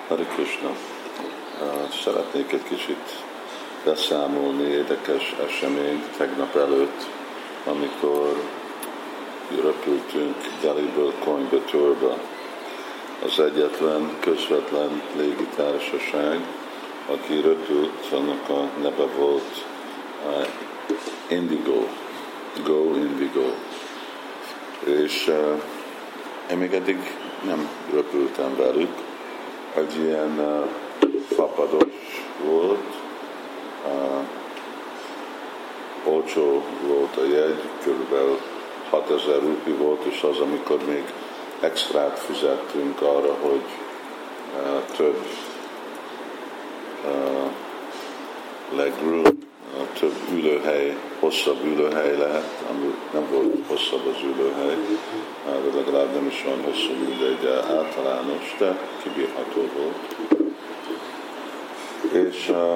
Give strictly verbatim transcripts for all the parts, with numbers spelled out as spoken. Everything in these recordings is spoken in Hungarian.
Hare Krishna. Szeretnék egy kicsit beszámolni érdekes eseményt tegnap előtt, amikor röpültünk Delhiből Coimbatore-ba. Az egyetlen közvetlen légitársaság, aki röpült, annak a neve volt uh, Indigo, Go Indigo. És uh, én még eddig nem röpültem velük. Egy ilyen uh, fapados volt, uh, olcsó volt a jegy, körülbelül hatezer rupi volt, és az, amikor még extrát fizettünk arra, hogy uh, több uh, legroom, uh, több ülőhely, hosszabb ülőhely lehet, ami nem volt hosszabb az ülőhely, uh, de legalább nem is olyan hosszú, mint egy általános, de kibírható volt. És uh,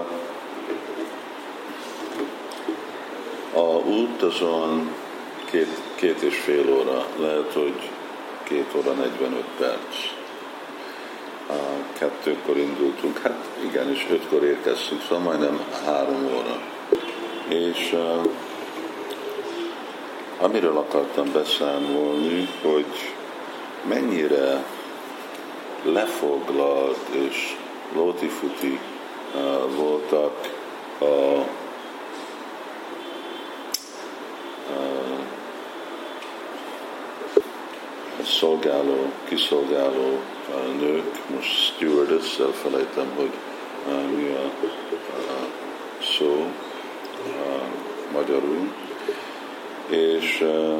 a út azon két, két és fél óra, lehet, hogy két óra negyvenöt perc. Uh, kettőkor indultunk, hát igen, és ötkor érkeztünk, szóval majdnem három óra. És uh, amiről akartam beszámolni, hogy mennyire lefoglalt és lótifuti uh, voltak a szolgáló, kiszolgáló uh, nők, most stewardess, elfelejtem, hogy uh, mi a uh, szó uh, magyarul, és uh,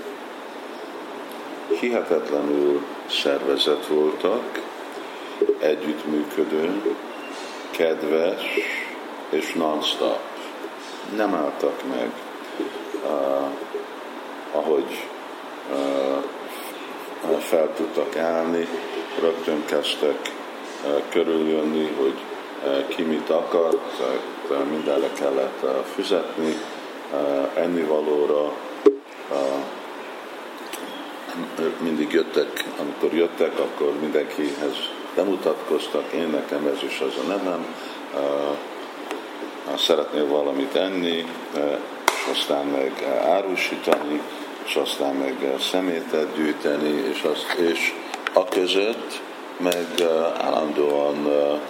hihetetlenül szervezett voltak, együttműködő, kedves és non-stop. Nem álltak meg, uh, ahogy uh, fel tudtak állni, rögtön kezdtek uh, körüljönni, hogy uh, ki mit akart, uh, mindenre kellett uh, fizetni, uh, ennivalóra, uh, mindig jöttek, amikor jöttek, akkor mindenkihez bemutatkoztak, én nekem ez is az a nevem, uh, szeretnél valamit enni, uh, és aztán meg árusítani, és aztán meg szemétet gyűjteni, és, azt, és a között meg állandóan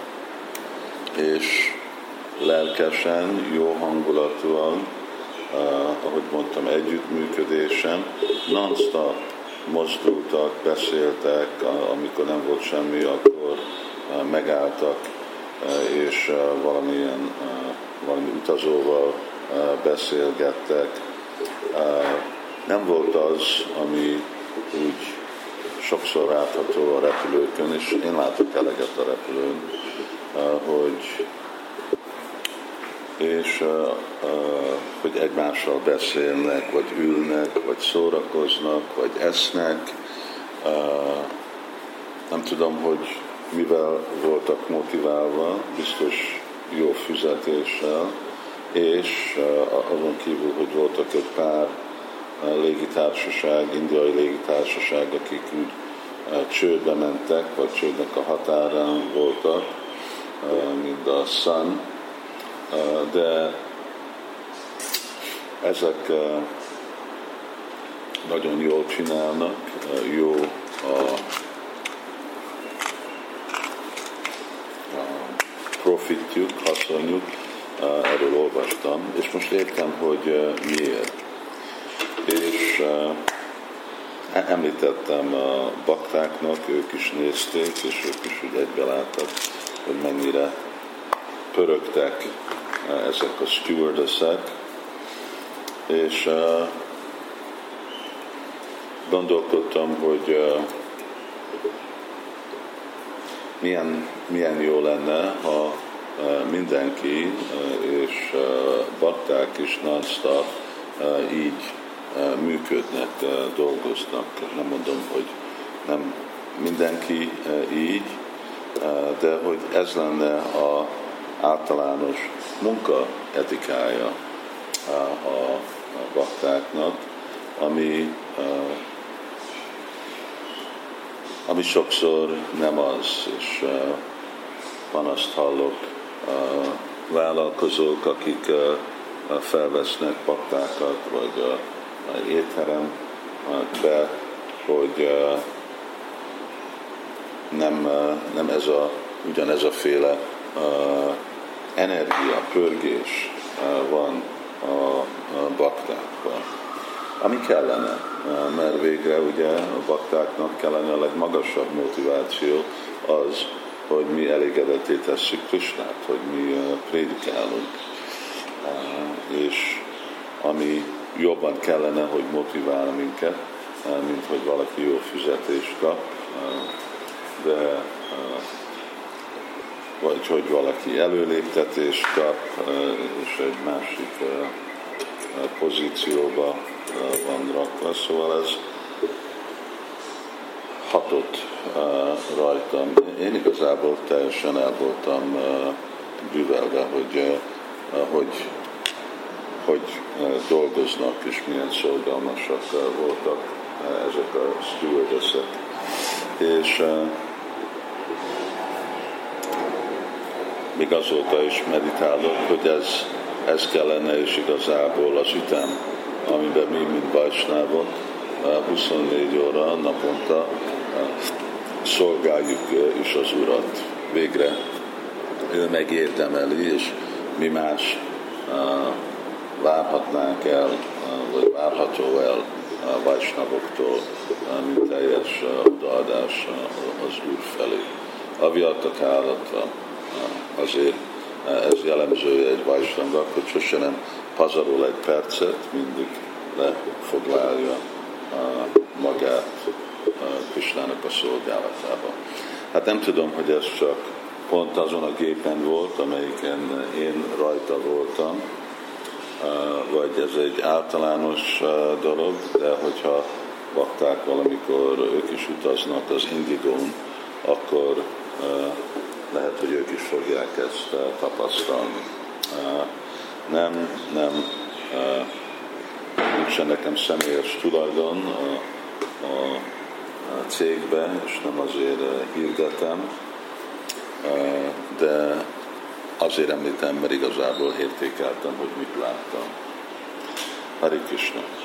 és lelkesen, jó hangulatúan, ahogy mondtam, együttműködésen, non-stop mozdultak, beszéltek, amikor nem volt semmi, akkor megálltak, és valamilyen, valami utazóval beszélgettek. Nem volt az, ami úgy sokszor látható a repülőkön, és én látok eleget a repülőn, hogy, és hogy egymással beszélnek, vagy ülnek, vagy szórakoznak, vagy esznek. Nem tudom, hogy mivel voltak motiválva, biztos jó fizetéssel, és azon kívül, hogy voltak egy pár légitársaság, indiai légitársaság, akik úgy csődbe mentek, vagy csődnek a határán voltak, mint a Sun, de ezek nagyon jól csinálnak, jó a, a profitjuk, haszonjuk, erről olvastam, és most értem, hogy miért. És uh, említettem a baktáknak, ők is nézték, és ők is úgy egybe láttak, hogy mennyire pörögtek uh, ezek a stewardessek, és uh, gondolkodtam, hogy uh, milyen, milyen jó lenne, ha uh, mindenki uh, és uh, bakták is non-stop uh, így működnek, dolgoznak. Nem mondom, hogy nem mindenki így, de hogy ez lenne az általános munkaetikája a baktáknak, ami, ami sokszor nem az, és panaszt hallok, vállalkozók, akik felvesznek baktákat, vagy étterembe, hogy nem, nem ez a, ugyanez a féle energia, pörgés van a baktákban, ami kellene, mert végre ugye a baktáknak kellene a legmagasabb motiváció az, hogy mi elégedetté tesszük Krisnát, hogy mi prédikálunk. És ami jobban kellene, hogy motivál minket, mint hogy valaki jó fizetést kap, de vagy hogy valaki előléptetést kap, és egy másik pozícióba van rakva. Szóval ez hatott rajtam. Én igazából teljesen el voltam bűvelve, hogy, hogy, hogy dolgoznak, és milyen szolgalmasak voltak ezek a stewardessek. És még azóta is meditálok, hogy ez, ez kellene, és igazából az ütem, amiben mi, mint Vajsnávok, huszonnégy óra naponta szolgáljuk is az Urat. Végre ő megérdemeli, és mi más várhatnánk el, vagy várható el Vajsnavoktól, mint teljes odaadás az Úr felé. Aviatak állata, azért ez jellemzője egy Vajsnavnak, hogy sose nem pazarol egy percet, mindig lefoglalja magát Krisnának a szolgálatába. Hát nem tudom, hogy ez csak pont azon a gépen volt, amelyiken én rajta voltam, vagy ez egy általános dolog, de hogyha bakták valamikor ők is utaznak az Indigón, akkor lehet, hogy ők is fogják ezt tapasztalni. Nem, nem, nincsen nekem személyes tulajdon a, a cégben, és nem azért hirdetem, de azért említem, mert igazából értékeltem, hogy mit láttam. Hare Krishna.